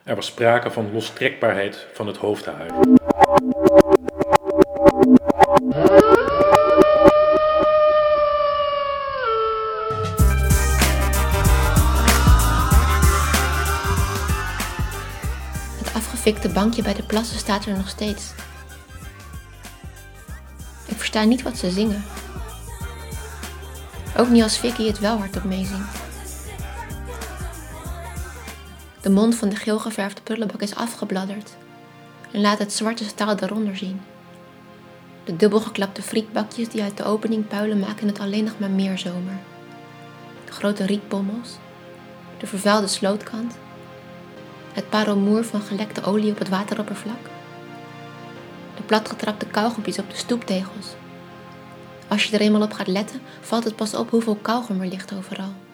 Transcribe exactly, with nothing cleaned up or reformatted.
Er was sprake van lostrekbaarheid van het hoofdhaar. Het afgefikte bankje bij de plassen staat er nog steeds. Ik versta niet wat ze zingen. Ook niet als Vicky het wel hardop meezingt. De mond van de geel geverfde prullenbak is afgebladderd en laat het zwarte staal daaronder zien. De dubbelgeklapte frietbakjes die uit de opening puilen maken het alleen nog maar meer zomer. De grote rietbommels, de vervuilde slootkant, het parelmoer van gelekte olie op het wateroppervlak, de platgetrapte kauwgompjes op de stoeptegels. Als je er eenmaal op gaat letten, valt het pas op hoeveel kauwgom er ligt overal.